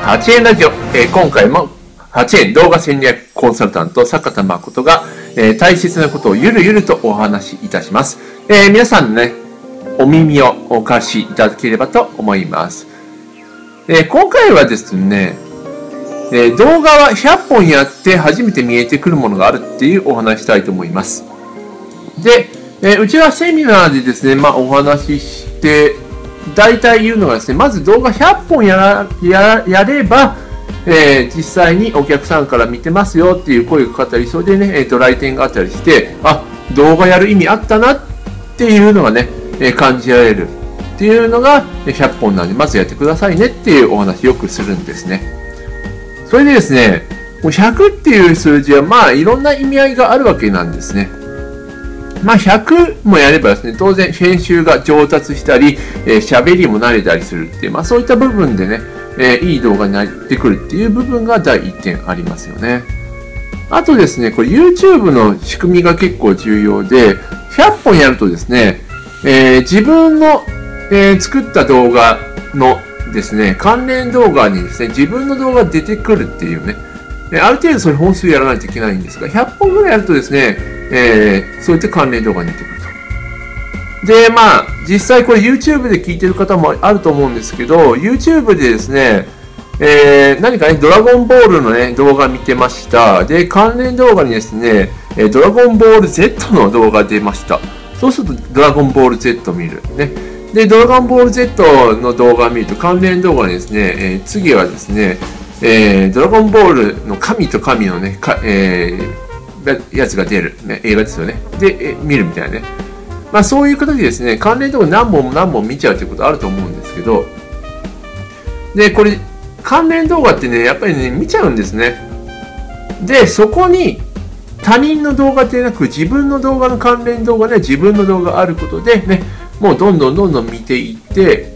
8円ラジオ、今回も8円動画戦略コンサルタント坂田誠が、大切なことをゆるゆるとお話しいたします。皆さんね、お耳をお貸しいただければと思います。今回はですね、動画は100本やって初めて見えてくるものがあるっていうお話したいと思います。で、うちはセミナーでですね、お話しして、大体言うのがですね、まず動画100本やれば、実際にお客さんから見てますよっていう声がかかったり、それでね、来店があったりして、動画やる意味あったなっていうのがね、感じられるっていうのが100本なんで、まずやってくださいねっていうお話よくするんですね。それでですね、100っていう数字はいろんな意味合いがあるわけなんですね。100もやればですね、当然編集が上達したり、喋りも慣れたりするっていう、そういった部分でね、いい動画になってくるっていう部分が第1点ありますよね。あとですね、これ YouTube の仕組みが結構重要で、100本やるとですね、自分の、作った動画のですね、関連動画にですね、自分の動画が出てくるっていうね、ある程度それ本数やらないといけないんですが、100本ぐらいやるとですね、そういった関連動画に出てくると。で、実際これ YouTube で聞いてる方もあると思うんですけど、YouTube でですね、何かね、ドラゴンボールのね、動画見てました。で、関連動画にですね、ドラゴンボール Z の動画出ました。そうすると、ドラゴンボール Z 見る。ね。で、ドラゴンボール Z の動画を見ると、関連動画にですね、次はですね、ドラゴンボールの神と神のね、やつが出る、ね、映画ですよね。で、見るみたいなね。そういう形でですね、関連動画何本見ちゃうということあると思うんですけど、で、これ、関連動画ってね、やっぱりね、見ちゃうんですね。で、そこに、他人の動画でなく、自分の動画の関連動画で自分の動画があることでね、もうどんどん見ていって、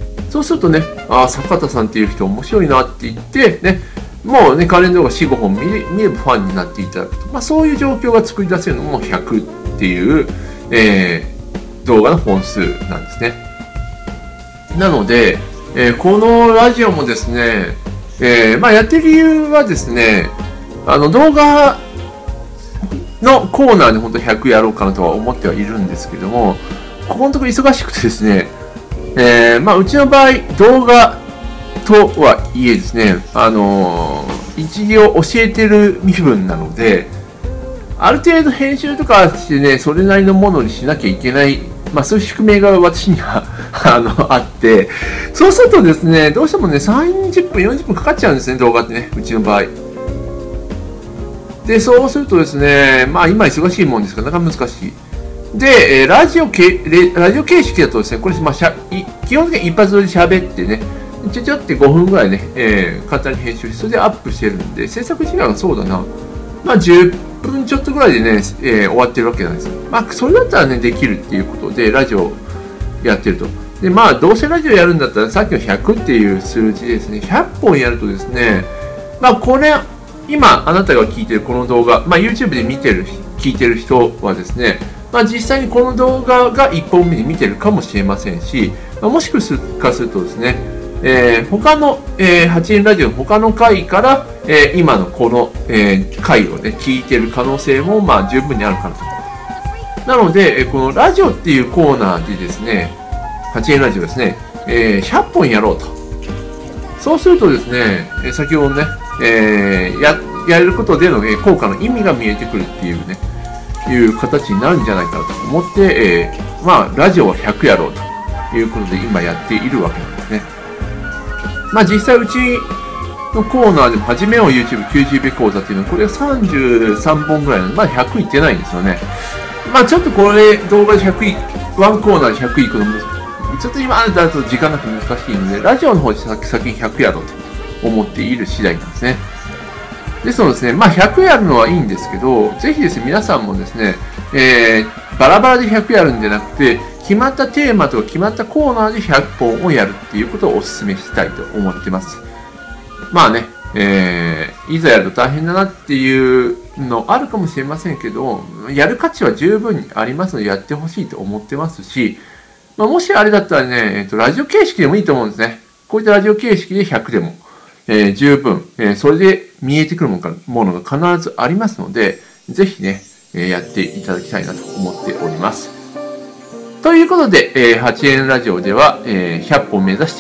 そうするとね、坂田さんっていう人面白いなって言って、ね、もうね、関連動画4、5本見ればファンになっていただくと。そういう状況が作り出せるのも100っていう、動画の本数なんですね。なので、このラジオもですね、やってる理由はですね、動画のコーナーで本当100やろうかなとは思ってはいるんですけども、ここのところ忙しくてですね、うちの場合、動画とはいえですね、一応教えてる身分なので、ある程度編集とかしてね、それなりのものにしなきゃいけない、そういう宿命が私にはあって、そうするとですね、どうしてもね、30分、40分かかっちゃうんですね、動画ってね、うちの場合。で、そうするとですね、今忙しいもんですから、なかなか難しい。で、ラジオ形式だとですね、これ、基本的に一発撮りで喋ってね、ちょって5分ぐらいね、簡単に編集して、それでアップしてるんで、制作時間がそうだな、10分ちょっとぐらいでね、終わってるわけなんですよ。それだったらね、できるっていうことで、ラジオやってると。で、どうせラジオやるんだったら、さっきの100っていう数字ですね、100本やるとですね、これ、今、あなたが聞いてるこの動画、YouTube で聞いてる人はですね、実際にこの動画が1本目に見てるかもしれませんし、もしかするとですね、他の、8円ラジオの他の回から、今のこの、回をね、聞いてる可能性も十分にあるかなと。なので、このラジオっていうコーナーでですね、8円ラジオですね、100本やろうと。そうするとですね、先ほどね、やることでの、効果の意味が見えてくるっていうね、いう形になるんじゃないかなと思って、ラジオは100やろうということで今やっているわけなんですね。実際うちのコーナーでも初めは YouTube90 秒講座っていうのはこれが33本ぐらいなので、100いってないんですよね。ちょっとこれ動画で100い、ワンコーナーで100いくのも、ちょっと今だと時間なく難しいので、ラジオの方で先に100やろうと思っている次第なんですね。ですのでですね、100やるのはいいんですけど、ぜひですね、皆さんもですね、バラバラで100やるんじゃなくて、決まったテーマとか決まったコーナーで100本をやるっていうことをお勧めしたいと思ってます。いざやると大変だなっていうのあるかもしれませんけど、やる価値は十分にありますのでやってほしいと思ってますし、もしあれだったらね、ラジオ形式でもいいと思うんですね。こういったラジオ形式で100でも十分、それで見えてくるものが必ずありますので、ぜひね、やっていただきたいなと思っております。ということで、8円ラジオでは、100本目指して、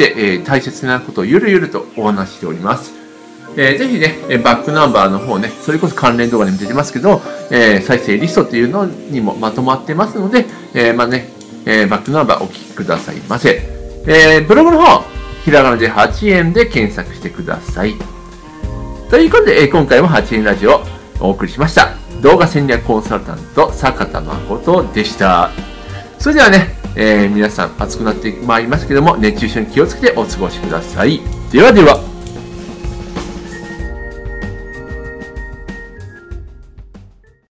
大切なことをゆるゆるとお話ししております。ぜひね、バックナンバーの方ね、それこそ関連動画にも出てますけど、再生リストっていうのにもまとまってますので、バックナンバーお聞きくださいませ。ブログの方、ひらがなで8円で検索してください。ということで、今回も8円ラジオをお送りしました。動画戦略コンサルタント、坂田誠でした。それではね、皆さん暑くなってまいりますけども、熱中症に気をつけてお過ごしください。ではでは。